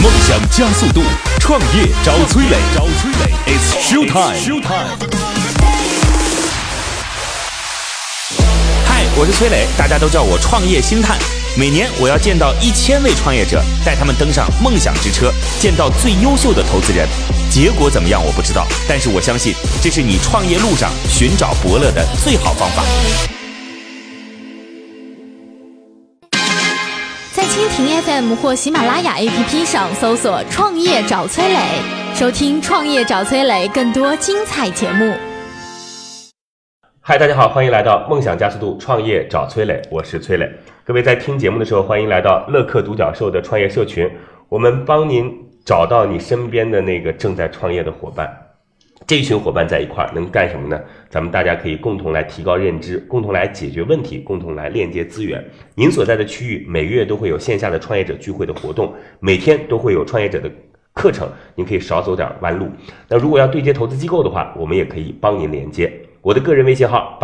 梦想加速度，创业找崔磊，It's show time。 嗨，我是崔磊，大家都叫我创业星探。每年我要见到1000位创业者，带他们登上梦想之车，见到最优秀的投资人。结果怎么样我不知道，但是我相信这是你创业路上寻找伯乐的最好方法。 在蜻蜓 FM 或喜马拉雅 APP 上搜索“创业找崔磊”，收听“创业找崔磊”更多精彩节目。 嗨，大家好，欢迎来到梦想加速度创业找崔磊，我是崔磊。各位在听节目的时候，欢迎来到乐客独角兽的创业社群，我们帮您找到你身边的那个正在创业的伙伴。这一群伙伴在一块能干什么呢？咱们大家可以共同来提高认知，共同来解决问题，共同来链接资源。您所在的区域每月都会有线下的创业者聚会的活动，每天都会有创业者的课程，您可以少走点弯路。那如果要对接投资机构的话，我们也可以帮您连接。我的个人微信号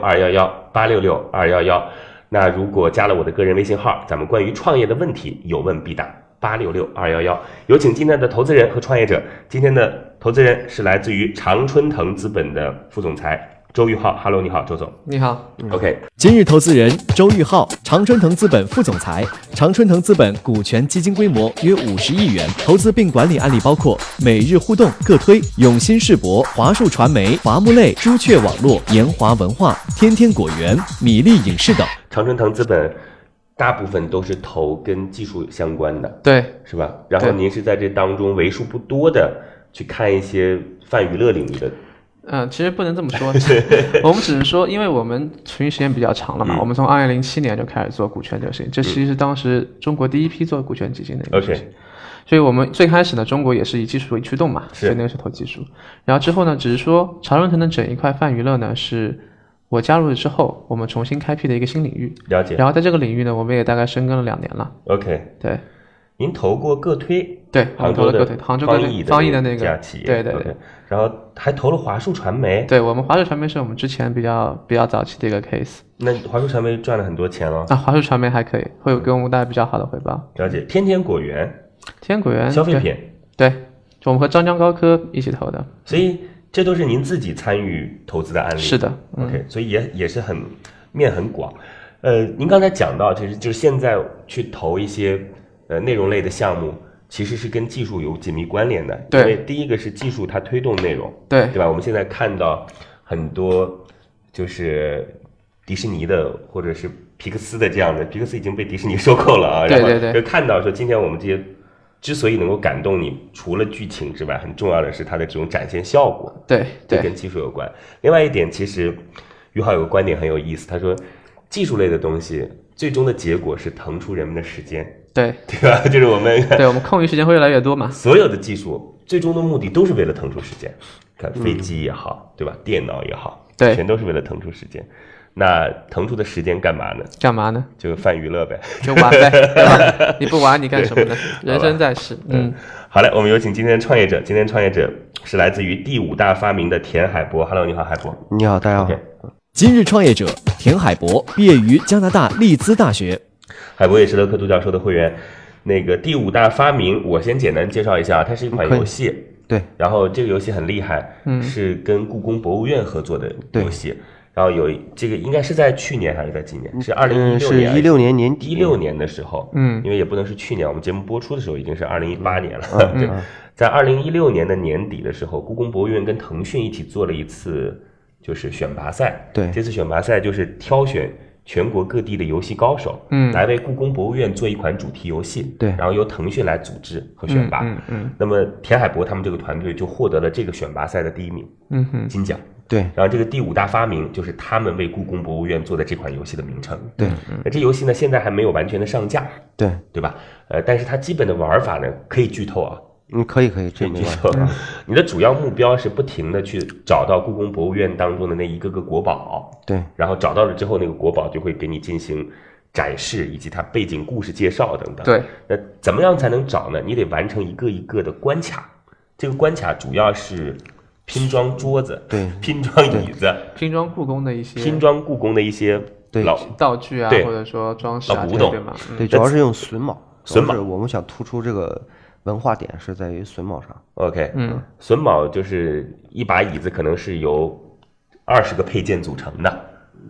8662118662111，那如果加了我的个人微信号，咱们关于创业的问题有问必答，8662111。有请今天的投资人和创业者。今天的投资人是来自于常春藤资本的副总裁周玉浩。 Hello， 你好，周总。 你好。 OK， 今日投资人周玉浩，常春藤资本副总裁。常春藤资本股权基金规模约50亿元，投资并管理案例包括每日互动、个推、永新世博、华数传媒、华木类、朱雀网络、研华文化、天天果园、米粒影视等。 常春藤资本大部分都是投跟技术相关的， 对， 是吧？然后您是在这当中为数不多的去看一些泛娱乐领域的。 其实不能这么说，我们只是说，因为我们从业时间比较长了嘛，我们从2007年就开始做股权这个事情，这其实是当时中国第一批做股权基金的一个事情。所以我们最开始呢，中国也是以技术为驱动嘛，所以那个是投技术。然后之后呢，只是说常春藤的整一块泛娱乐呢，是我加入了之后，我们重新开辟的一个新领域。 了解。 然后在这个领域呢，我们也大概深耕了2年了。 OK， 对。 您投过个推？ 对，我们投了个推，杭州方毅的那个家企业。 对对 okay， 对。 然后还投了华数传媒。 对，我们华数传媒是我们之前比较早期的一个 case。 那华数传媒赚了很多钱了。 华数传媒还可以，会有给我们带来比较好的回报。 了解。天天果园。 天天果园。 消费品。 对，就我们和张江高科一起投的。 所以这都是您自己参与投资的案例。 是的。 OK， 所以也是面很广。您刚才讲到，其实就是现在去投一些内容类的项目，其实是跟技术有紧密关联的。 对。 因为第一个是技术它推动内容， 对吧？我们现在看到很多就是迪士尼的或者是皮克斯的这样的，皮克斯已经被迪士尼收购了啊。 对对对。 然后就看到说，今天我们这些之所以能够感动你，除了剧情之外，很重要的是它的这种展现效果。 对对。 这跟技术有关。另外一点，其实于浩有个观点很有意思，他说技术类的东西最终的结果是腾出人们的时间。 对吧？就是我们空余时间会越来越多嘛。 所有的技术最终的目的都是为了腾出时间，看飞机也好，对吧？电脑也好， 对， 全都是为了腾出时间。那腾出的时间干嘛呢？就泛娱乐呗， 就玩呗，对吧？你不玩你干什么呢？人生在世。 好嘞，我们有请今天的创业者。今天创业者是来自于第5大发明的田海波。Hello， 你好，海波。 你好，大家好。 今日创业者田海波，毕业于加拿大利兹大学。 海波也是乐客独角兽的会员。那个第5大发明，我先简单介绍一下，它是一款游戏。 对。 然后这个游戏很厉害，是跟故宫博物院合作的游戏。然后有这个应该是在去年还是在今年？是2016年。 是16年年底。 16年的时候，因为也不能是去年，我们节目播出的时候已经是2018年了。在2016年的年底的时候，故宫博物院跟腾讯一起做了一次就是选拔赛。 对。 这次选拔赛就是挑选全国各地的游戏高手，来为故宫博物院做一款主题游戏， 对， 然后由腾讯来组织和选拔，那么田海波他们这个团队就获得了这个选拔赛的第1名，金奖， 对， 然后这个第5大发明就是他们为故宫博物院做的这款游戏的名称， 对， 那这游戏呢现在还没有完全的上架，对吧？但是它基本的玩法呢可以剧透啊。 可以， 这没错。你的主要目标是不停的去找到故宫博物院当中的那一个个国宝， 对， 然后找到了之后，那个国宝就会给你进行展示以及它背景故事介绍等等。 对， 那怎么样才能找呢？你得完成一个一个的关卡，这个关卡主要是拼装桌子， 对， 拼装椅子， 拼装故宫的一些老道具啊，或者说装饰啊， 老古董， 对，主要是用榫卯，我们想突出这个文化点是在于榫卯上。 OK，榫卯就是一把椅子可能是由20个配件组成的。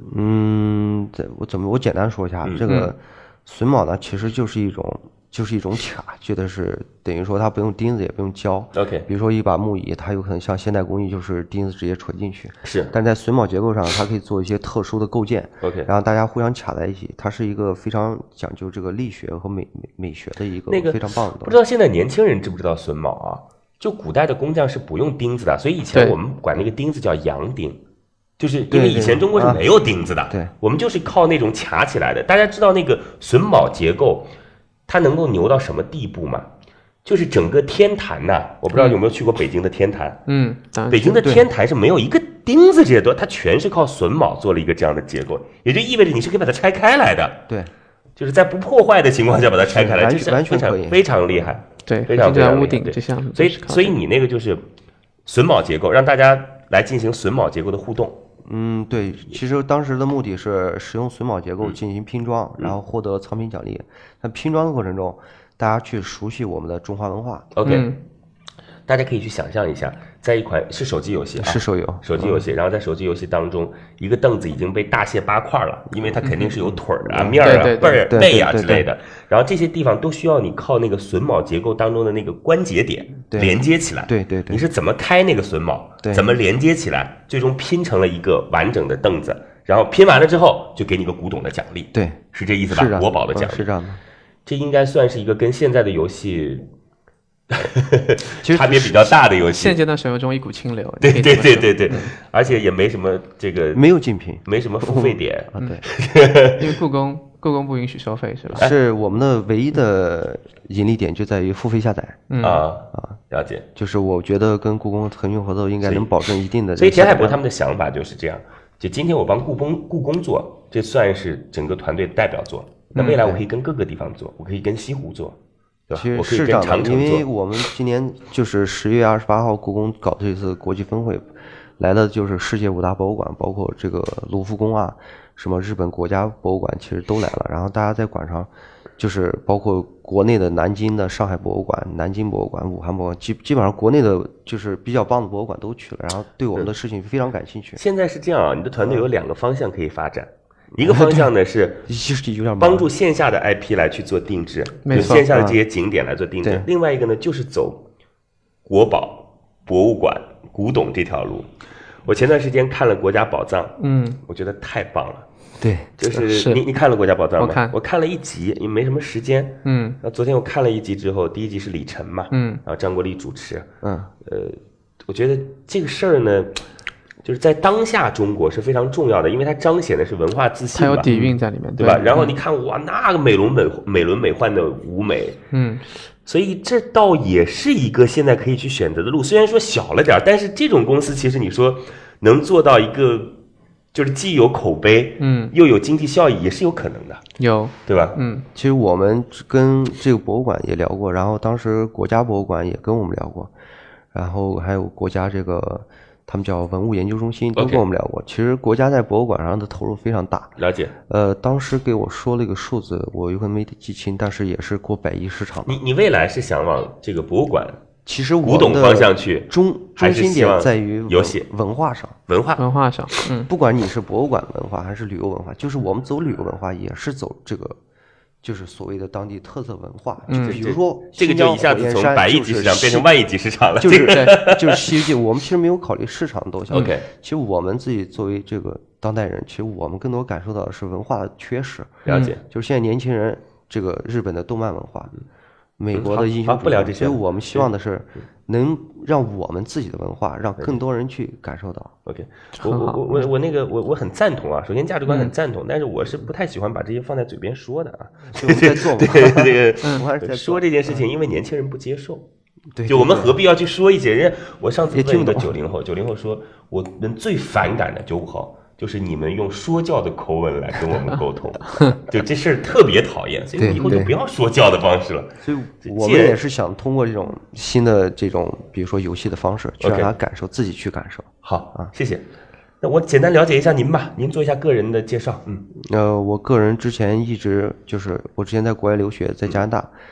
我简单说一下，这个榫卯呢，其实就是一种卡，觉得是等于说它不用钉子也不用胶。 OK， 比如说一把木椅，它有可能像现代工艺就是钉子直接锤进去， 是， 但在榫卯结构上，它可以做一些特殊的构件。 OK， 然后大家互相卡在一起，它是一个非常讲究这个力学和美学的一个非常棒的东西。 不知道现在年轻人知不知道榫卯啊？就古代的工匠是不用钉子的，所以以前我们管那个钉子叫洋钉。就是因为以前中国是没有钉子的， 对， 我们就是靠那种卡起来的。大家知道那个榫卯结构，它能够牛到什么地步吗？就是整个天坛呐，我不知道有没有去过北京的天坛，北京的天坛是没有一个钉子这些多，它全是靠榫卯做了一个这样的结构，也就意味着你是可以把它拆开来的， 对， 就是在不破坏的情况下把它拆开来， 完全可以， 非常厉害， 对， 非常屋顶这项， 所以你那个就是榫卯结构，让大家来进行榫卯结构的互动。 对，其实当时的目的是使用榫卯结构进行拼装，然后获得藏品奖励。在拼装的过程中，大家去熟悉我们的中华文化。 OK，大家可以去想象一下，在一款是手机游戏啊， 是手游戏，然后在手机游戏当中，一个凳子已经被大卸8块了，因为它肯定是有腿啊、面啊、背啊之类的，然后这些地方都需要你靠那个榫卯结构当中的那个关节点连接起来。 对， 你是怎么开那个榫卯，怎么连接起来，最终拼成了一个完整的凳子，然后拼完了之后就给你个古董的奖励。 对， 是这意思吧？国宝的奖励是这样的。 这应该算是一个跟现在的游戏差别比较大的游戏， 现阶段手游中一股清流。 对，而且也没什么这个没有竞品， 没什么付费点。 对，因为故宫不允许收费，是吧？ 是我们的唯一的盈利点就在于付费下载。 了解。 就是我觉得跟故宫、腾讯合作应该能保证一定的。 所以田海博他们的想法就是这样，就今天我帮故宫做，这算是整个团队的代表作。那未来我可以跟各个地方做，我可以跟西湖做。 其实是这样的，因为我们今年就是10月28号故宫搞这次国际峰会，来的就是世界5大博物馆，包括这个卢浮宫啊，什么日本国家博物馆其实都来了。然后大家在馆上，就是包括国内的南京的上海博物馆、南京博物馆、武汉博物馆，基本上国内的就是比较棒的博物馆都去了，然后对我们的事情非常感兴趣。 现在是这样啊，你的团队有2个方向可以发展。一个方向呢是帮助线下的 IP 来去做定制，就线下的这些景点来做定制。另外一个呢就是走国宝、博物馆、古董这条路。我前段时间看了《国家宝藏》，我觉得太棒了。 对， 就是你看了《国家宝藏》吗？我看了1集，因为没什么时间。那昨天我看了1集之后，第1集是李晨嘛，然后张国立主持。我觉得这个事儿呢，就是在当下中国是非常重要的，因为它彰显的是文化自信， 它有底蕴在里面， 对吧？然后你看哇，那个美轮美奂的舞美，所以这倒也是一个现在可以去选择的路。虽然说小了点，但是这种公司其实你说能做到一个就是既有口碑，又有经济效益，也是有可能的， 有， 对吧？ 其实我们跟这个博物馆也聊过，然后当时国家博物馆也跟我们聊过，然后还有国家这个。他们叫文物研究中心，都跟我们聊过。其实国家在博物馆上的投入非常大。 了解。 当时给我说了一个数字，我有可能没记清，但是也是过100亿市场。 你未来是想往这个博物馆， 其实古董方向去， 中心点在于游戏文化上， 文化上， 不管你是博物馆文化还是旅游文化，就是我们走旅游文化也是走这个。就是所谓的当地特色文化，比如说这个就一下子从100亿级市场变成10000亿级市场了。 就是西游记，我们其实没有考虑市场多小。 OK， 其实我们自己作为这个当代人，其实我们更多感受到的是文化的缺失。 了解， 就是现在年轻人这个日本的动漫文化，美国的英雄不聊这些， 所以我们希望的是能让我们自己的文化让更多人去感受到。 OK， 我很赞同啊。首先价值观很赞同，但是我是不太喜欢把这些放在嘴边说的啊。 在做这个说这件事情，因为年轻人不接受。就我们何必要去说一些人？我上次问一个90后说，我们最反感的95后。就是你们用说教的口吻来跟我们沟通，就这事儿特别讨厌，所以以后就不要说教的方式了。 所以我们也是想通过这种新的这种，比如说游戏的方式，去让他感受，自己去感受。 好啊，谢谢。那我简单了解一下您吧，您做一下个人的介绍。 我个人之前一直就是我之前在国外留学，在加拿大，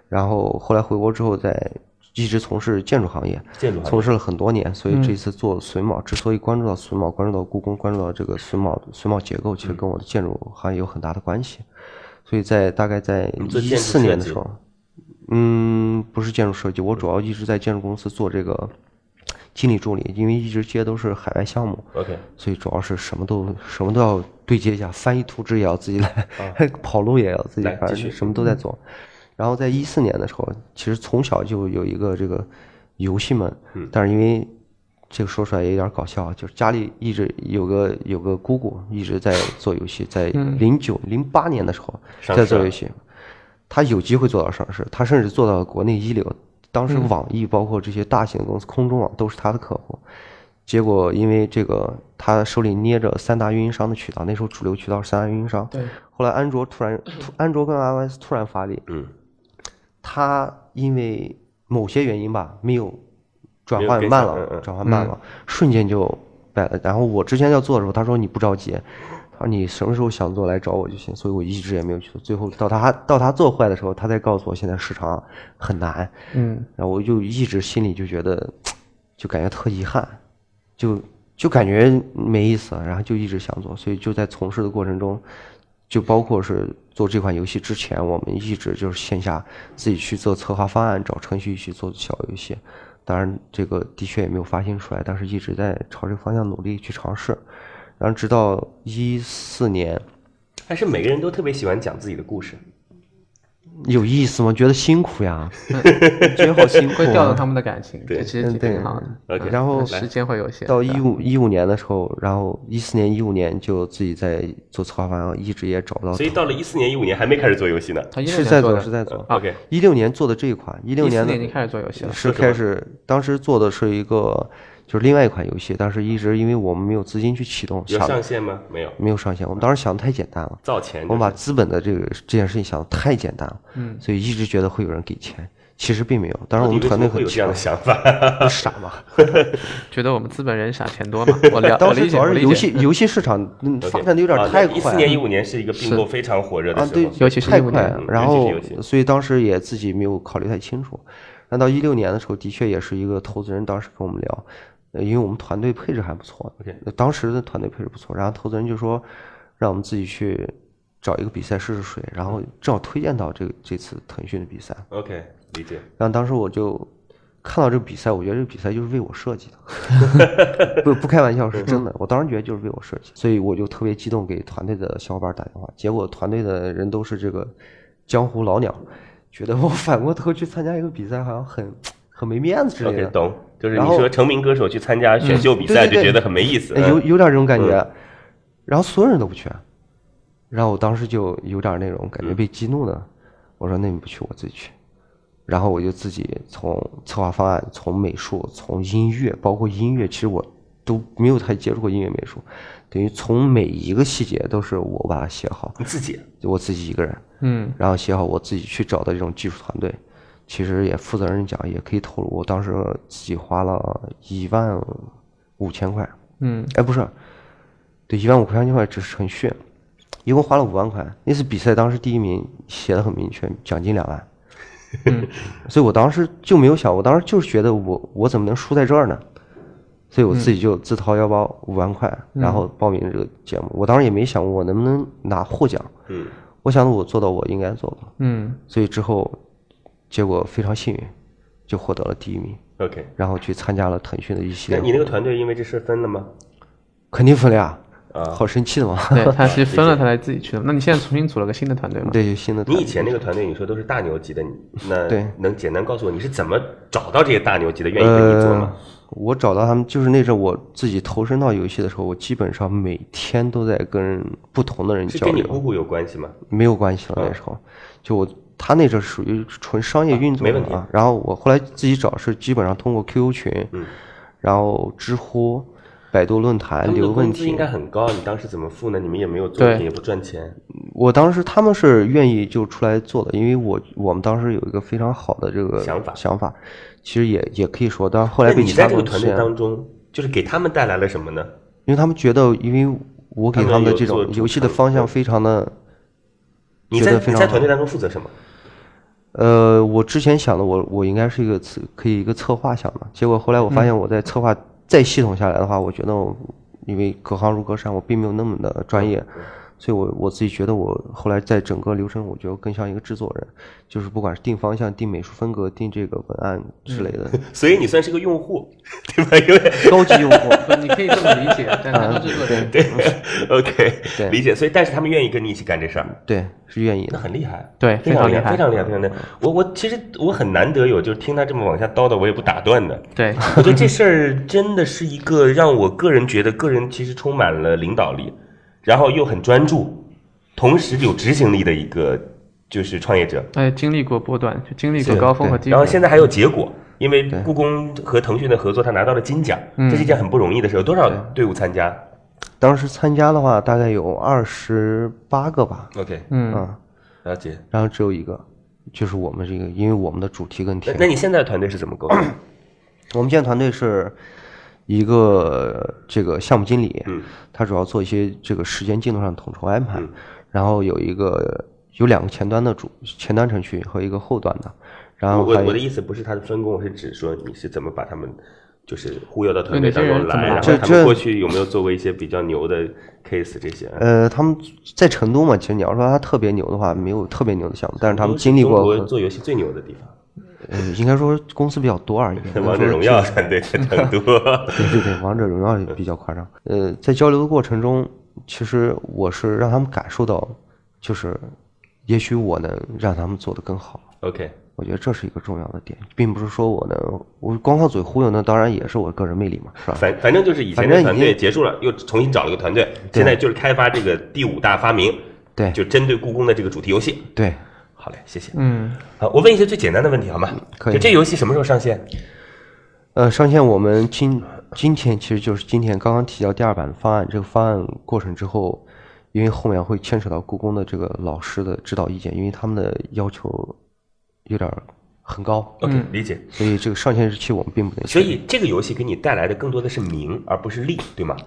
然后后来回国之后一直从事建筑行业，从事了很多年，所以这次做榫卯，之所以关注到榫卯，关注到故宫，关注到这个榫卯结构，其实跟我的建筑行业有很大的关系。所以大概在14年的时候，不是建筑设计，我主要一直在建筑公司做这个经理助理，因为一直接都是海外项目，所以主要是什么都要对接一下，翻译图纸也要自己来，跑路也要自己，反正什么都在做。然后在14年的时候，其实从小就有一个这个游戏梦，但是因为这个说出来也有点搞笑，就是家里一直有个姑姑一直在做游戏，在08年的时候在做游戏，她有机会做到上市，她甚至做到国内一流。当时网易包括这些大型的公司，空中网都是她的客户。结果因为这个，她手里捏着3大运营商的渠道，那时候主流渠道是3大运营商。对。后来安卓跟 iOS 突然发力，他因为某些原因吧，没有转换慢了，瞬间就败了。然后我之前要做的时候，他说你不着急，他说你什么时候想做来找我就行，所以我一直也没有去做。最后到他做坏的时候，他才告诉我现在市场很难，然后我就一直心里就觉得，就感觉特遗憾，就感觉没意思，然后就一直想做，所以就在从事的过程中。就包括是做这款游戏之前，我们一直就是线下自己去做策划方案，找程序去做小游戏。当然，这个的确也没有发行出来，但是一直在朝这个方向努力去尝试。然后直到14年， 还是每个人都特别喜欢讲自己的故事。 有意思吗？觉得辛苦呀，觉得好辛苦， 会调动他们的感情， 对， 其实挺好的。 然后时间会有限。 到15年的时候，然后14年、15年就自己在做策划方案，一直也找不到。 所以到了14年、15年还没开始做游戏呢， 是在做。 OK， 16年做的这一款，16年已经开始做游戏了， 是开始，当时做的是一个。就是另外一款游戏，但是一直因为我们没有资金去启动。 有上线吗？ 没有上线。我们当时想的太简单了， 造钱。 我们把资本的这件事情想的太简单了，所以一直觉得会有人给钱，其实并没有。当然我们团队很有这样的想法， 你傻吗？ 觉得我们资本人傻钱多嘛？ 当时主要是游戏市场发展的有点太快。 14年、15年是一个并购非常火热的时候， 对， 尤其是太快了。然后所以当时也自己没有考虑太清楚。但到16年的时候，的确也是一个投资人当时跟我们聊。因为我们团队配置还不错，当时的团队配置不错，然后投资人就说让我们自己去找一个比赛试试水，然后正好推荐到这次腾讯的比赛。 OK， 理解。 然后当时我就看到这个比赛，我觉得这个比赛就是为我设计的，不开玩笑，是真的。我当时觉得就是为我设计，所以我就特别激动，给团队的小伙伴打电话。结果团队的人都是这个江湖老鸟，觉得我反过头去参加一个比赛，好像很没面子之类的。 OK， 懂。就是你说成名歌手去参加选秀比赛，就觉得很没意思， 有点这种感觉。然后所有人都不去，然后我当时就有点那种感觉被激怒的。我说那你不去，我自己去。然后我就自己从策划方案、从美术、从音乐，包括音乐，其实我都没有太接触过音乐美术，等于从每一个细节都是我把它写好。 你自己？ 我自己一个人，然后写好，我自己去找的这种技术团队。其实也负责任讲，也可以透露，我当时自己花了15000块，不是，对，15000块只是程序，一共花了5万块。那次比赛当时第1名写的很明确，奖金2万，所以我当时就没有想，我当时就是觉得我怎么能输在这儿呢？所以我自己就自掏腰包5万块，然后报名这个节目。我当时也没想过我能不能拿获奖，我想我做到我应该做的，所以之后。结果非常幸运，就获得了第1名。 OK， 然后去参加了腾讯的一系列。 那你那个团队因为这事分了吗？ 肯定分了呀！好生气的嘛。 对，他是分了，他才自己去的。那你现在重新组了个新的团队吗？ 对，新的团队。 你以前那个团队，你说都是大牛级的，那能简单告诉我你是怎么找到这些大牛级的愿意跟你做吗？ 我找到他们，就是那阵我自己投身到游戏的时候，我基本上每天都在跟不同的人交流。 是跟你姑姑有关系吗？ 没有关系了，那时候就他那阵属于纯商业运作没问题。 然后我后来自己找是基本上通过 QQ 群，然后知乎、百度论坛留问题。工资应该很高，你当时怎么付呢？你们也没有作品，也不赚钱。 我当时他们是愿意就出来做的，因为我们当时有一个非常好的这个想法，其实也可以说，但后来被其他你在这个团队当中，就是给他们带来了什么呢？ 因为他们觉得，因为我给他们的这种游戏的方向非常的， 你在团队当中负责什么？ 我之前想的我应该是可以一个策划想的，结果后来我发现我在策划再系统下来的话，我觉得因为隔行如隔山，我并没有那么的专业。所以我自己觉得我后来在整个流程，我觉得更像一个制作人，就是不管是定方向、定美术风格、定这个文案之类的。 所以你算是个用户，对吧？因为高级用户， 你可以这么理解，但他是制作人。 对 ，OK， 理解。所以，但是他们愿意跟你一起干这事儿， 对，是愿意的， 那很厉害， 对， 非常厉害，非常厉害，非常厉害。其实我很难得有，就是听他这么往下叨叨，我也不打断的。 对， 我觉得这事儿真的是一个让我个人觉得个人其实充满了领导力。然后又很专注，同时有执行力的一个就是创业者。 经历过波段，就经历过高峰和低谷， 然后现在还有结果，因为故宫和腾讯的合作，他拿到了金奖，这是一件很不容易的事。有多少队伍参加？ 当时参加的话，大概有28个吧。 OK， 了解。 然后只有一个，就是我们这个，因为我们的主题跟题。 那你现在的团队是怎么构成？ 我们现在团队是一个这个项目经理，他主要做一些这个时间进度上统筹安排，然后有2个前端程序和一个后端的，然后我的意思不是他的分工，我是指说你是怎么把他们就是忽悠到团队当中来，然后他们过去有没有做过一些比较牛的 case 这些？ 他们在成都嘛，其实你要说他特别牛的话，没有特别牛的项目，但是他们经历过中国做游戏最牛的地方。 应该说公司比较多而已。 王者荣耀团队很多。 对，王者荣耀比较夸张。在交流的过程中，其实我是让他们感受到，就是也许我能让他们做得更好。 OK， 我觉得这是一个重要的点，并不是说我光靠嘴忽悠，那当然也是我个人魅力嘛，是吧？ 反正就是以前的团队结束了，又重新找了个团队，现在就是开发这个第5大发明， 对， 就针对故宫的这个主题游戏。 对。 好嘞，谢谢。 好， 我问一些最简单的问题好吗？ 可以。 就这游戏什么时候上线？ 上线我们今天其实就是今天刚刚提交第2版的方案，这个方案过程之后，因为后面会牵扯到故宫的这个老师的指导意见，因为他们的要求有点很高。 OK， 理解。 所以这个上线日期我们并不能。 所以这个游戏给你带来的更多的是名，而不是利，对吗？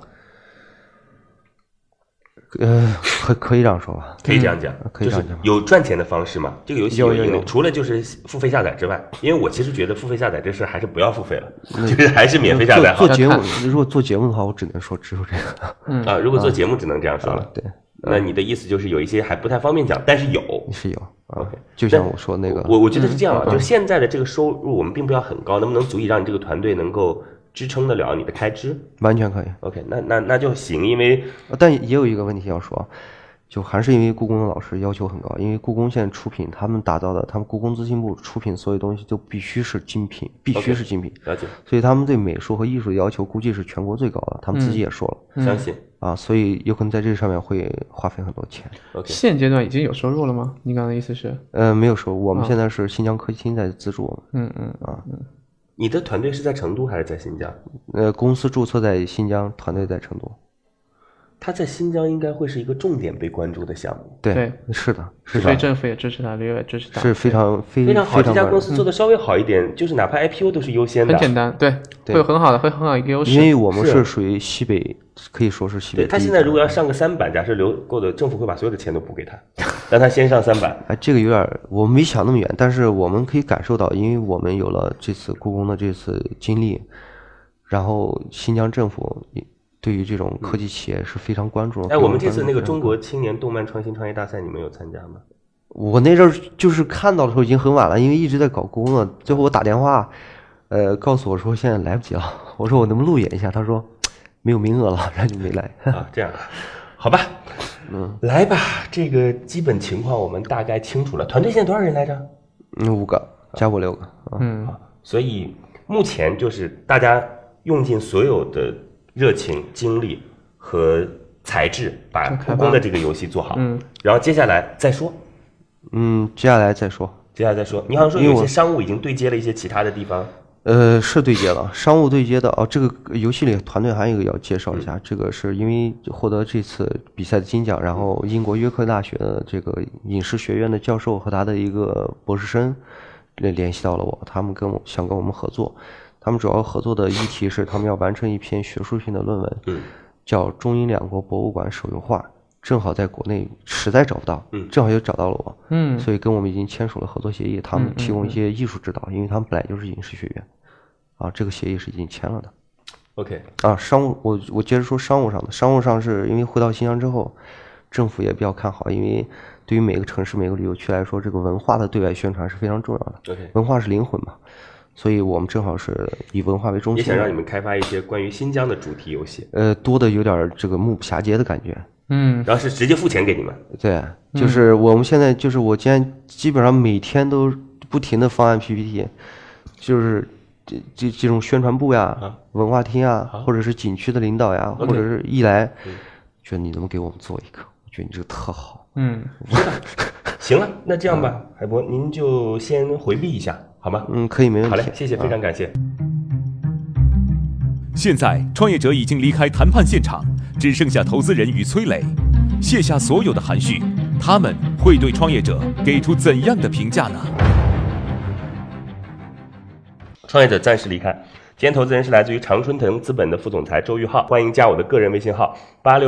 可以这样说吧， 可以这样讲， 可以这样讲。 有赚钱的方式吗？这个游戏有除了就是付费下载之外，因为我其实觉得付费下载这事还是不要付费了，就是还是免费下载好。 做节目，如果做节目的话，我只能说只有这个。如果做节目只能这样说了。 对， 那你的意思就是有一些还不太方便讲，但是有。 OK， 就像我说那个， 我觉得是这样啊，就是现在的这个收入我们并不要很高，能不能足以让你这个团队能够支撑得了你的开支？ 完全可以。 OK， 那就行，因为但也有一个问题要说，就还是因为故宫的老师要求很高，因为故宫现在出品，他们打造的，他们故宫资讯部出品所有东西都必须是精品，必须是精品。 了解。 所以他们对美术和艺术的要求估计是全国最高的，他们自己也说了， 相信啊，所以有可能在这上面会花费很多钱。 OK， 现阶段已经有收入了吗？你刚刚的意思是？ 没有收入，我们现在是新疆科技厅在资助我们。 你的团队是在成都还是在新疆？ 公司注册在新疆，团队在成都。 他在新疆应该会是一个重点被关注的项目。 对，是的，是的。 所以政府也支持他，旅游也支持他， 是非常好。这家公司做的稍微好一点，就是哪怕 IPO 都是优先的。 很简单，对，会有很好的一个优势。 因为我们是属于西北，可以说是西北。 对，他现在如果要上个3版，假设留够的，政府会把所有的钱都补给他，让他先上3版。 这个有点我没想那么远，但是我们可以感受到，因为我们有了这次故宫的这次经历，然后新疆政府对于这种科技企业是非常关注。 我们这次那个中国青年动漫创新创业大赛，你们有参加吗？ 我那阵儿就是看到的时候已经很晚了，因为一直在搞故宫了。最后我打电话，告诉我说现在来不及了。我说我能不能路演一下？他说没有名额了，然后就没来。 啊，这样，好吧，来吧，这个基本情况我们大概清楚了。团队现在多少人来着 ？5个，加我6个。 好，所以目前就是大家用尽所有的热情、精力和才智，把故宫的这个游戏做好。然后接下来再说。 接下来再说。 你好像说有些商务已经对接了一些其他的地方。 是对接了，商务对接的哦。这个游戏里团队还有一个要介绍一下，这个是因为获得这次比赛的金奖，然后英国约克大学的这个影视学院的教授和他的一个博士生联系到了我，他们想跟我们合作。他们主要合作的议题是他们要完成一篇学术性的论文，叫中英两国博物馆手游化。 正好在国内实在找不到，正好就找到了我，所以跟我们已经签署了合作协议，他们提供一些艺术指导，因为他们本来就是影视学院，啊，这个协议是已经签了的。 OK， 啊，商务我接着说商务上的，商务上是因为回到新疆之后，政府也比较看好，因为对于每个城市每个旅游区来说，这个文化的对外宣传是非常重要的。 OK， 文化是灵魂嘛。所以我们正好是以文化为中心， 也想让你们开发一些关于新疆的主题游戏， 多的有点这个目不暇接的感觉， 然后是直接付钱给你们， 对，就是我们现在就是我今天基本上每天都不停的方案 PPT， 就是这种宣传部呀、文化厅啊，或者是景区的领导呀，或者是一来，觉得你能不能给我们做一个？我觉得你这个特好， 行了，那这样吧，海博您就先回避一下。好吗？ 可以，没问题。 好嘞，谢谢，非常感谢。 现在，创业者已经离开谈判现场，只剩下投资人与崔磊，卸下所有的含蓄，他们会对创业者给出怎样的评价呢？ 创业者暂时离开。今天投资人是来自于常春藤资本的副总裁周玉浩，欢迎加我的个人微信号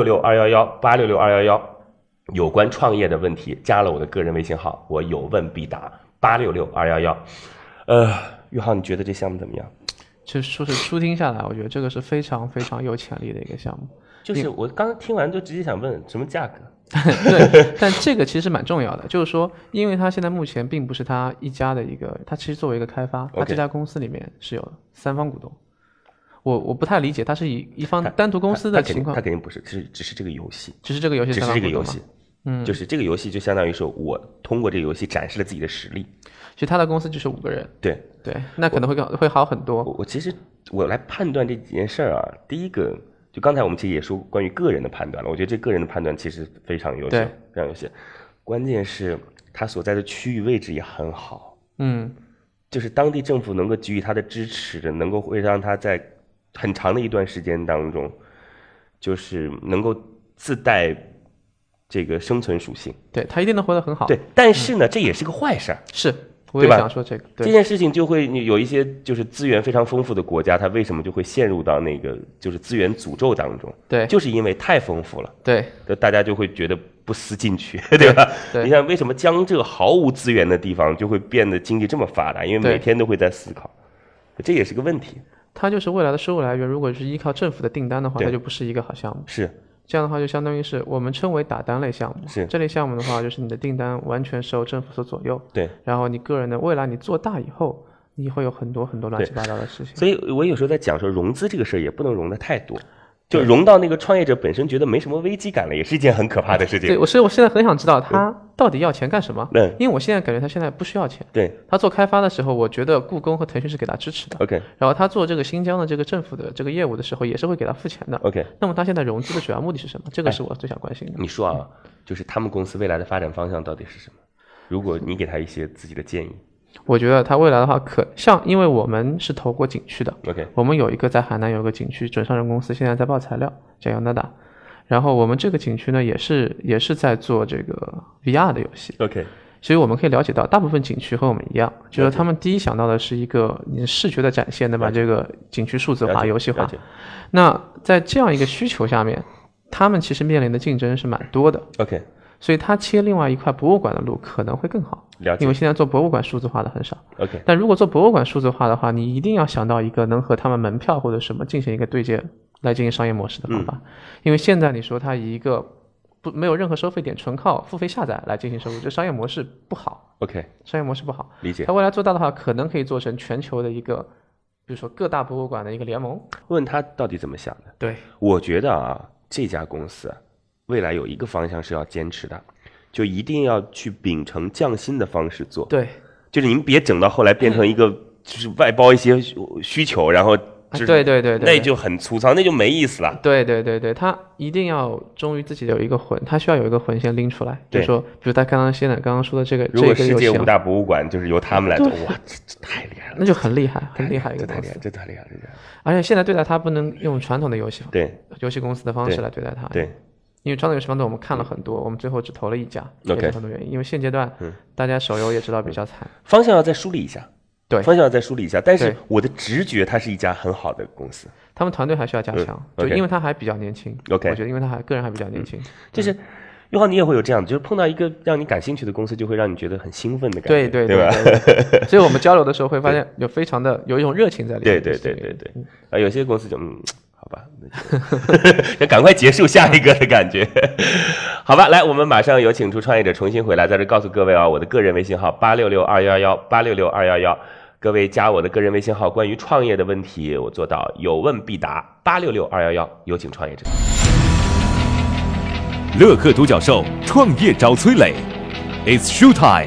866211866211，有关创业的问题，加了我的个人微信号，我有问必答，866211。玉浩，你觉得这项目怎么样？ 其实说是初听下来，我觉得这个是非常非常有潜力的一个项目。 就是我刚刚听完就直接想问什么价格？ 对，但这个其实蛮重要的，就是说，因为他现在目前并不是他一家的一个，他其实作为一个开发，他这家公司里面是有3方股东。我不太理解，他是以一方单独公司的情况， 他肯定不是，只是这个游戏， 只是这个游戏， 就是这个游戏就相当于说我通过这个游戏展示了自己的实力。 其实他的公司就是5个人， 对， 那可能会好很多。 我其实我来判断这几件事啊，第一个就刚才我们其实也说关于个人的判断了，我觉得这个人的判断其实非常优秀，非常优秀。关键是他所在的区域位置也很好，就是当地政府能够给予他的支持，能够会让他在很长的一段时间当中，就是能够自带这个生存属性， 对，他一定能活得很好。 对，但是呢，这也是个坏事儿， 是。我也想说这个， 这件事情就会有一些就是资源非常丰富的国家，它为什么就会陷入到那个就是资源诅咒当中？ 对， 就是因为太丰富了。 对， 大家就会觉得不思进取，对吧？对，你看为什么江浙毫无资源的地方就会变得经济这么发达？因为每天都会在思考，这也是个问题。 它就是未来的收入来源，如果是依靠政府的订单的话，它就不是一个好项目。 是。 这样的话，就相当于是我们称为打单类项目。 是这类项目的话，就是你的订单完全受政府所左右。 对。 然后你个人的未来，你做大以后，你会有很多很多乱七八糟的事情。 所以我有时候在讲说，融资这个事儿也不能融得太多，就融到那个创业者本身觉得没什么危机感了，也是一件很可怕的事情。 对，我现在很想知道他到底要钱干什么？因为我现在感觉他现在不需要钱。 对。 他做开发的时候，我觉得故宫和腾讯是给他支持的。 OK。 然后他做这个新疆的这个政府的这个业务的时候，也是会给他付钱的。 OK。 那么他现在融资的主要目的是什么？这个是我最想关心的。 你说啊，就是他们公司未来的发展方向到底是什么？如果你给他一些自己的建议。 我觉得他未来的话因为我们是投过景区的 ，OK， 我们有一个在海南有一个景区准上市公司，现在在报材料叫 Yonada， 然后我们这个景区呢也是在做这个 VR 的游戏 ，OK， 所以我们可以了解到大部分景区和我们一样，就是他们第一想到的是一个你视觉的展现，能把这个景区数字化、游戏化。那在这样一个需求下面，他们其实面临的竞争是蛮多的 ，OK。 所以他切另外一块博物馆的路可能会更好，因为现在做博物馆数字化的很少。 OK， 但如果做博物馆数字化的话，你一定要想到一个能和他们门票或者什么进行一个对接来进行商业模式的方法。因为现在你说它以一个没有任何收费点，纯靠付费下载来进行收入，这商业模式不好。 OK， 商业模式不好， 理解。 它未来做大的话，可能可以做成全球的一个，比如说各大博物馆的一个联盟。 问他到底怎么想的？ 对， 我觉得啊，这家公司未来有一个方向是要坚持的。就一定要去秉承匠心的方式做， 对， 就是你们别整到后来变成一个就是外包一些需求，然后对， 那就很粗糙，那就没意思了。 对，他一定要忠于自己有一个魂，他需要有一个魂先拎出来。就是说，比如他刚刚说的这个， 如果世界5大博物馆就是由他们来做，哇，这太厉害了， 那就很厉害，很厉害一个公司， 这太厉害了。 而且现在对待他不能用传统的游戏公司的方式来对待他， 对。 因为传统游戏方面我们看了很多，我们最后只投了一家， 也是很多原因。因为现阶段，大家手游也知道比较惨， 方向要再梳理一下。 对， 方向要再梳理一下。但是我的直觉，它是一家很好的公司。 他们团队还需要加强，就因为他还比较年轻。 OK， 我觉得因为他个人还比较年轻， 就是玉浩，你也会有这样，就是碰到一个让你感兴趣的公司，就会让你觉得很兴奋的感觉， 对吧？对，所以我们交流的时候会发现有一种热情在里面。 对，有些公司就好吧，要赶快结束下一个的感觉。好吧，来，我们马上有请出创业者重新回来，在这告诉各位啊，我的个人微信号8662118662111，各位加我的个人微信号，关于创业的问题，我做到有问必答。8662111，有请创业者。 乐客独角兽创业找崔磊 ，It's show time。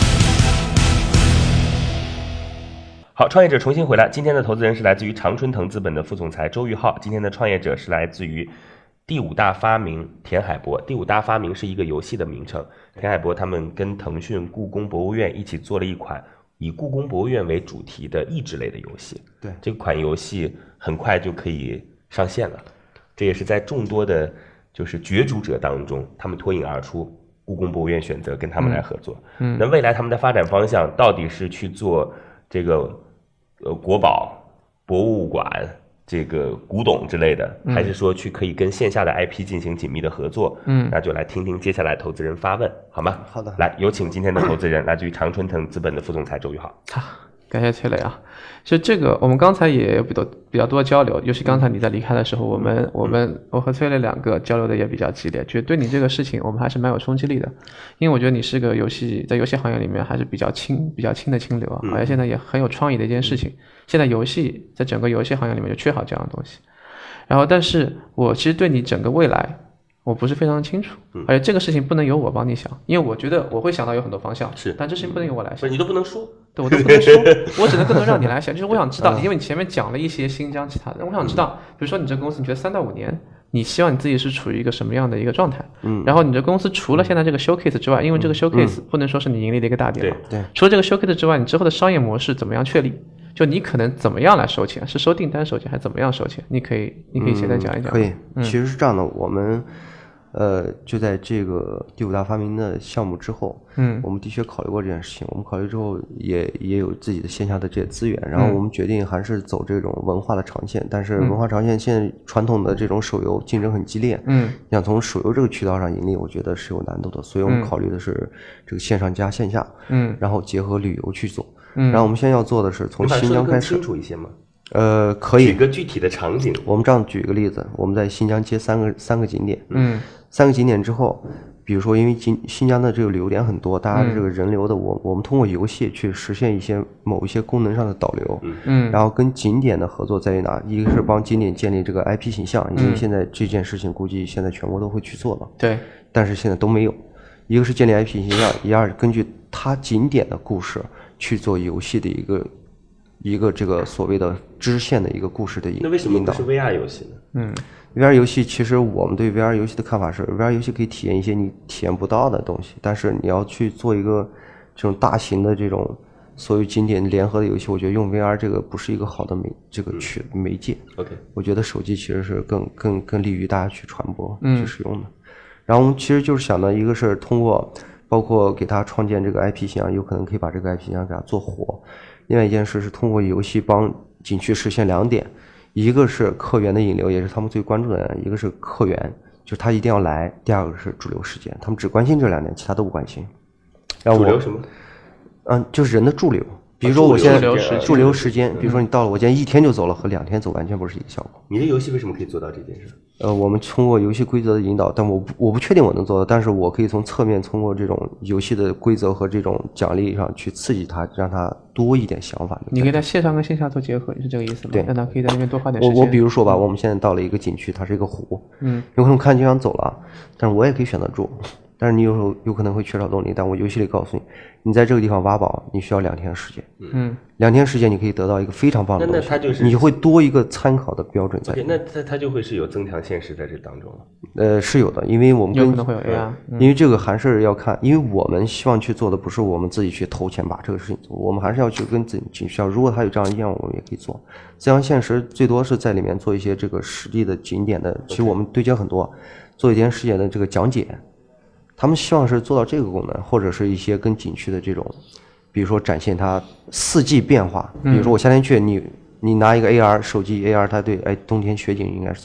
好，创业者重新回来。今天的投资人是来自于常春藤资本的副总裁周玉浩。今天的创业者是来自于第五大发明田海博。第五大发明是一个游戏的名称。田海博他们跟腾讯、故宫博物院一起做了一款以故宫博物院为主题的益智类的游戏。 对， 这款游戏很快就可以上线了。这也是在众多的就是角逐者当中，他们脱颖而出。故宫博物院选择跟他们来合作。那未来他们的发展方向到底是去做这个国宝、博物馆、这个古董之类的，还是说去可以跟线下的 IP 进行紧密的合作？那就来听听接下来投资人发问，好吗？ 好的， 来有请今天的投资人，来自于常春藤资本的副总裁周玉浩。 感谢崔磊啊！就这个，我们刚才也比较多交流，尤其刚才你在离开的时候，我和崔磊两个交流的也比较激烈，觉得对你这个事情我们还是蛮有冲击力的，因为我觉得你是个在游戏行业里面还是比较轻的清流啊，好像现在也很有创意的一件事情。现在在整个游戏行业里面就缺少这样的东西，然后但是我其实对你整个未来我不是非常清楚，而且这个事情不能由我帮你想，因为我觉得我会想到有很多方向，但这事情不能由我来想。 不是你都不能说， 对，我都不能说，我只能更多让你来想。就是我想知道，因为你前面讲了一些新疆其他的，我想知道，比如说你这个公司，你觉得3到5年，你希望你自己是处于一个什么样的一个状态？然后你这公司除了现在这个 showcase 之外，因为这个 showcase 不能说是你盈利的一个大点嘛， 对， 除了这个 showcase 之外，你之后的商业模式怎么样确立？就你可能怎么样来收钱？是收订单收钱，还是怎么样收钱？你可以现在讲一讲。 可以，其实是这样的，我们就在这个第五大发明的项目之后，我们的确考虑过这件事情。我们考虑之后也有自己的线下的这些资源，然后我们决定还是走这种文化的长线。但是文化长线现在传统的这种手游竞争很激烈，想从手游这个渠道上盈利，我觉得是有难度的。所以我们考虑的是这个线上加线下，然后结合旅游去做。然后我们现在要做的是从新疆开始。 清楚一些吗？ 可以举个具体的场景。 我们这样举一个例子，我们在新疆接三个景点，3个景点之后，比如说因为新疆的这个旅游点很多，大家的这个人流的，我们通过游戏去实现某一些功能上的导流，然后跟景点的合作在于哪？一个是帮景点建立这个 IP 形象，因为现在这件事情估计现在全国都会去做了， 对， 但是现在都没有。一个是建立 IP 形象，一二根据它景点的故事去做游戏的一个这个所谓的支线的一个故事的引导。 那为什么不是 VR 游戏呢 ？VR 游戏其实我们对 VR 游戏的看法是 VR 游戏可以体验一些你体验不到的东西，但是你要去做一个这种大型的这种所有景点联合的游戏，我觉得用 VR 这个不是一个好的媒介。 OK， 我觉得手机其实是更利于大家去传播去使用的。然后我们其实就是想到一个是通过包括给它创建这个 IP 形象，有可能可以把这个 IP 形象给它做火。另外一件事是通过游戏帮景区实现2点，一个是客源的引流，也是他们最关注的，一个是客源，就是他一定要来，第二个是主流时间，他们只关心这2点，其他都不关心。然后主流什么？ 就是人的驻留。比如说我现在驻留时间，比如说你到了，我今天1天就走了和2天走完全不是一个效果。 你的游戏为什么可以做到这件事？ 我们通过游戏规则的引导，但我不确定我能做到，但是我可以从侧面通过这种游戏的规则和这种奖励上去刺激他，让他多一点想法。 你可以在线上跟线下做结合，是这个意思吗？ 对， 让他可以在那边多花点时间。 我比如说吧，我们现在到了一个景区，它是一个湖，有可能看就想走了，但是我也可以选择住。但是你有可能会缺少动力，但我游戏里告诉你，你在这个地方挖宝，你需要2天时间。2天时间你可以得到一个非常棒的东西， 那它就是你会多一个参考的标准在。 那它就会是有增强现实在这当中了。 是有的，因为我们有可能会有 AR， 因为这个还是要看，因为我们希望去做的不是我们自己去投钱把这个事情做，我们还是要去跟景区要，如果他有这样的愿望，我们也可以做。增强现实最多是在里面做一些这个实地的景点的，其实我们对接很多，做一点实践的这个讲解。他们希望是做到这个功能，或者是一些跟景区的这种，比如说展现它4季变化。比如说我夏天去，你拿一个 AR 手机 AR， 它对冬天雪景应该是这样的。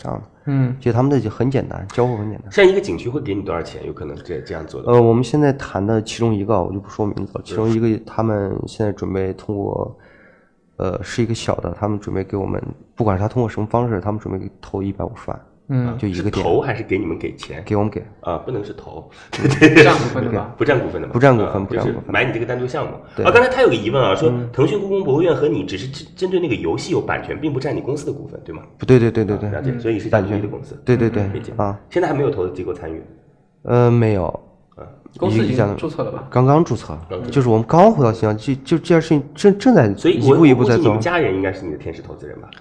其实他们的就很简单，交互很简单。 像一个景区会给你多少钱？有可能这样做的？ 我们现在谈的其中一个我就不说名字了，其中一个他们现在准备通过，是一个小的，他们准备给我们，不管是他通过什么方式，他们准备投150万。就一个点。 投还是给你们给钱？ 给我们给不能是投， 占股份的吧？ 不占股份的， 不占股份， 就是买你这个单独项目。刚才他有个疑问啊，说腾讯故宫博物院和你只是针对那个游戏有版权，并不占你公司的股份，对吗？ 对， 了解。所以你是一家独立的公司。 对现在还没有投资机构参与？ 没有。 公司已经注册了吧？ 刚刚注册，就是我们刚回到新疆，就这件事情正在一步一步在走。 所以你们家人应该是你的天使投资人吧？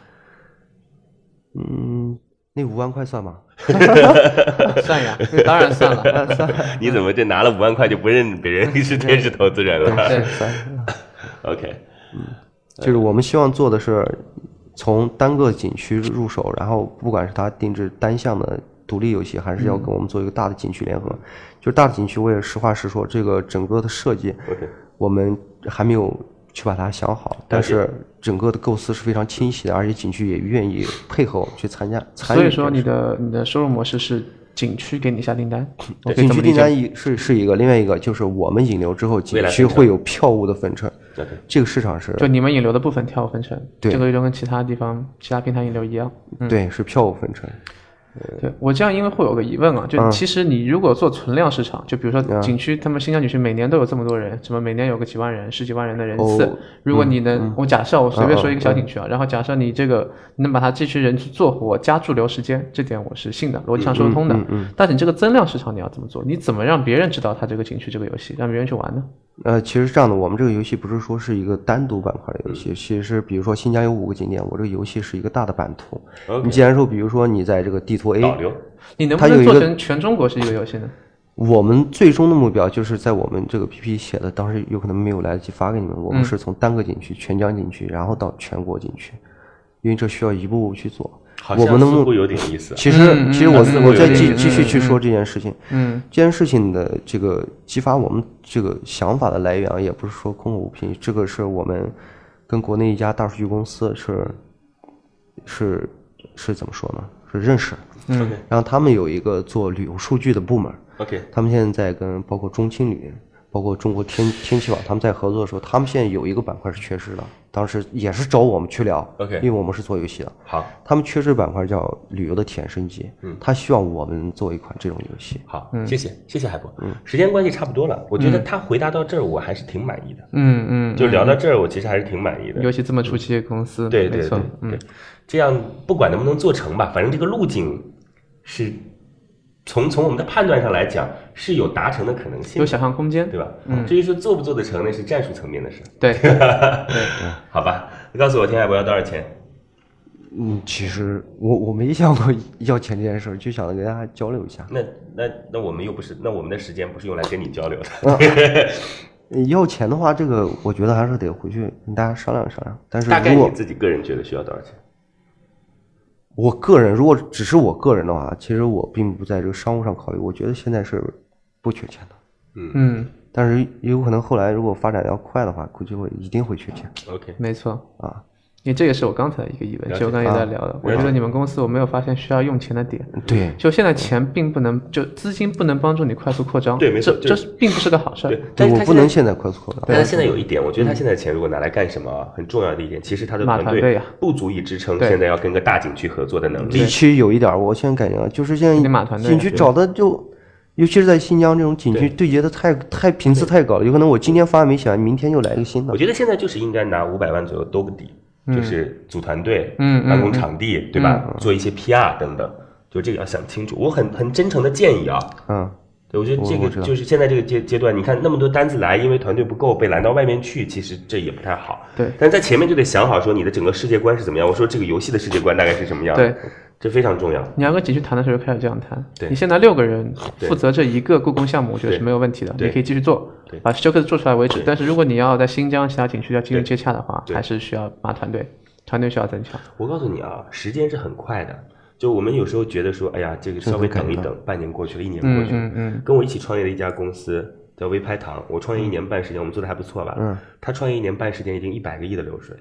那5万块算吗？ 算呀，当然算了。 你怎么这拿了5万块就不认别人是天使投资人了？ 对 ，OK， 就是我们希望做的是从单个景区入手，然后不管是他定制单项的独立游戏，还是要跟我们做一个大的景区联合。就是大的景区，我也实话实说，这个整个的设计，我们还没有去把它想好，但是整个的构思是非常清晰的，而且景区也愿意配合我们去参与。 所以说你的收入模式是景区给你下订单， 景区订单是一个，另外一个就是我们引流之后，景区会有票务的分成，这个市场是就你们引流的部分票务分成， 对， 这个就跟其他地方其他平台引流一样， 对，是票务分成。 对，我这样因为会有个疑问啊，就其实你如果做存量市场，就比如说景区，他们新疆景区每年都有这么多人，什么每年有个几万人、10几万人的人次，如果你能，我假设我随便说一个小景区啊，然后假设你这个能把它这群人去做活，加驻留时间，这点我是信的，逻辑上说得通的。但是你这个增量市场你要怎么做？你怎么让别人知道它这个景区这个游戏，让别人去玩呢？ 其实是这样的，我们这个游戏不是说是一个单独板块的游戏，其实是比如说新疆有5个景点，我这个游戏是一个大的版图。你既然说，比如说你在这个地图 A， 你能不能做成全中国是一个游戏呢？ 我们最终的目标就是在我们这个 PP 写的，当时有可能没有来得及发给你们，我们是从单个景区、全疆景区，然后到全国景区，因为这需要一步步去做。 我们的似乎有点意思。 其实我再继续去说这件事情。这件事情的这个激发我们这个想法的来源，也不是说空口无凭，这个是我们跟国内一家大数据公司是怎么说呢？是认识。然后他们有一个做旅游数据的部门。他们现在跟包括中青旅。包括中国天气网，他们在合作的时候，他们现在有一个板块是缺失的，当时也是找我们去聊，因为我们是做游戏的。 好， 他们缺失板块叫旅游的体验升级，他希望我们做一款这种游戏。 好，谢谢海博。时间关系差不多了，我觉得他回答到这儿，我还是挺满意的。就聊到这儿，我其实还是挺满意的。 尤其这么初期的公司， 对，这样不管能不能做成吧，反正这个路径是。从我们的判断上来讲，是有达成的可能性， 有想象空间， 对吧？至于说做不做得成，那是战术层面的事。 对， 好吧，你告诉我田海博要多少钱？ 其实我没想过要钱这件事，就想着跟大家交流一下。 那我们又不是，那我们的时间不是用来跟你交流的。 要钱的话，这个我觉得还是得回去跟大家商量商量。但是大概你自己个人觉得需要多少钱？ 我个人如果只是我个人的话，其实我并不在这个商务上考虑，我觉得现在是不缺钱的。但是有可能后来如果发展要快的话，估计一定会缺钱。 OK， 没错啊。因为这也是我刚才的一个疑问，其实我刚才也在聊的。我觉得你们公司我没有发现需要用钱的点。 对， 就现在钱并不能，就资金不能帮助你快速扩张。 对，没错， 这并不是个好事。 对，我不能现在快速扩张。 但他现在有一点，我觉得他现在的钱如果拿来干什么，很重要的一点，其实他的团队不足以支撑现在要跟个大景区合作的能力。 其实有一点，我现在感觉就是现在景区找的就。尤其是在新疆这种景区对接的太频次太高了，有可能我今天发没写完，明天又来一个新的。 我觉得现在就是应该拿500万左右兜个底，就是组团队、办公场地，对吧？做一些 PR 等等，就这个要想清楚。我很真诚的建议啊，对，我觉得这个就是现在这个阶段，你看那么多单子来，因为团队不够被拦到外面去，其实这也不太好。 对， 但在前面就得想好说你的整个世界观是怎么样。我说这个游戏的世界观大概是什么样的？ 对。 这非常重要。 你要跟景区谈的时候就开始这样谈。你现在6个人负责这一个故宫项目，我觉得是没有问题的，你可以继续做，把 showcase 做出来为止。但是如果你要在新疆其他景区要进行接洽的话，还是需要把团队需要增强。 我告诉你啊，时间是很快的。就我们有时候觉得说，哎呀，这个稍微等一等，半年过去了，1年过去了。跟我一起创业的一家公司， 叫微拍堂，我创业1年半时间，我们做的还不错吧？他创业1年半时间已经100个亿的流水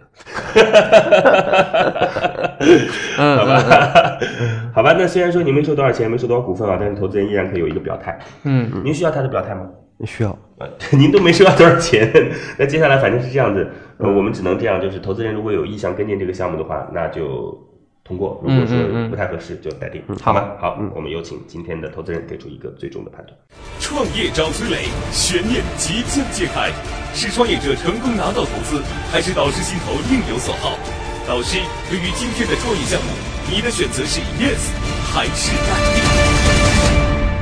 了。好吧，好吧。那虽然说您没收多少钱，没收多少股份啊，但是投资人依然可以有一个表态。您需要他的表态吗？ 需要。 您都没收到多少钱，那接下来反正是这样子，我们只能这样，就是投资人如果有意向跟进这个项目的话，那就通过，如果说不太合适就待定，好吗？好，我们有请今天的投资人给出一个最终的判断。 创业找崔磊，悬念即将揭开，是创业者成功拿到投资，还是导师心头另有所好？导师，对于今天的创业项目，你的选择是 yes 还是待定？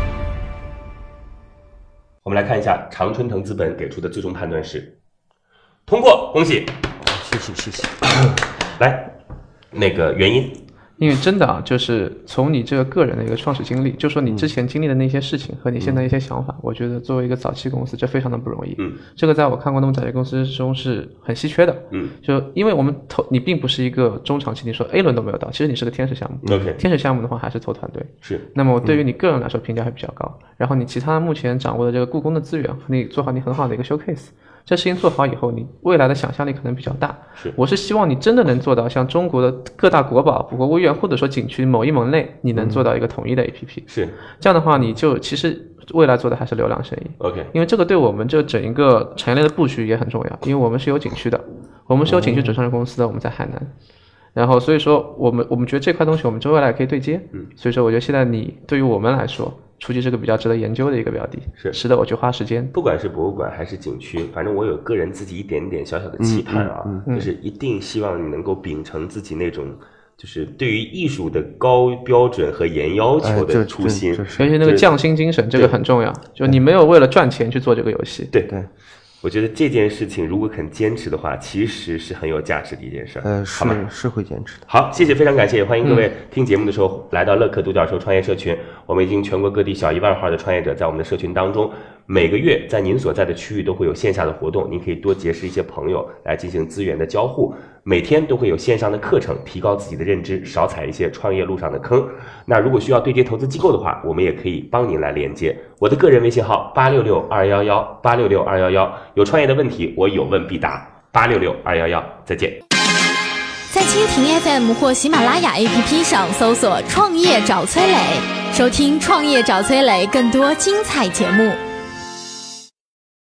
我们来看一下常春藤资本给出的最终判断是通过，恭喜， 谢谢。 来，那个原因， 因为真的啊，就是从你这个个人的一个创始经历，就说你之前经历的那些事情和你现在一些想法，我觉得作为一个早期公司，这非常的不容易。这个在我看过那么早期公司中是很稀缺的。就因为我们你并不是一个中长期，你说 A 轮都没有到，其实你是个天使项目。天使项目的话还是投团队。 是。 那么对于你个人来说评价会比较高，然后你其他目前掌握的这个故宫的资源，你做好你很好的一个 showcase。这事情做好以后，你未来的想象力可能比较大。我是希望你真的能做到像中国的各大国宝、国务院或者说景区某一门类，你能做到一个统一的 APP。 是这样的话，你就其实未来做的还是流量生意。因为这个对我们这整一个产业链的布局也很重要，因为我们是有景区的，我们是有景区准上市公司的，我们在海南。然后所以说我们觉得这块东西我们未来可以对接。所以说我觉得现在你对于我们来说，初期是个比较值得研究的一个标的，是的，我去花时间。 不管是博物馆还是景区，反正我有个人自己一点点小小的期盼啊，就是一定希望你能够秉承自己那种就是对于艺术的高标准和严要求的初心， 尤其那个匠心精神，这个很重要。就你没有为了赚钱去做这个游戏。 对。我觉得这件事情如果肯坚持的话，其实是很有价值的一件事。 是会坚持的。 好，谢谢，非常感谢，欢迎各位听节目的时候来到乐客独角兽创业社群。我们已经全国各地小1万号的创业者在我们的社群当中，每个月在您所在的区域都会有线下的活动，您可以多结识一些朋友来进行资源的交互。每天都会有线上的课程，提高自己的认知，少踩一些创业路上的坑。那如果需要对接投资机构的话，我们也可以帮您来连接。我的个人微信号8662118662111，有创业的问题，我有问必答。8662111，再见。 在蜻蜓 FM 或喜马拉雅 APP 上搜索“创业找崔磊”，收听“创业找崔磊”更多精彩节目。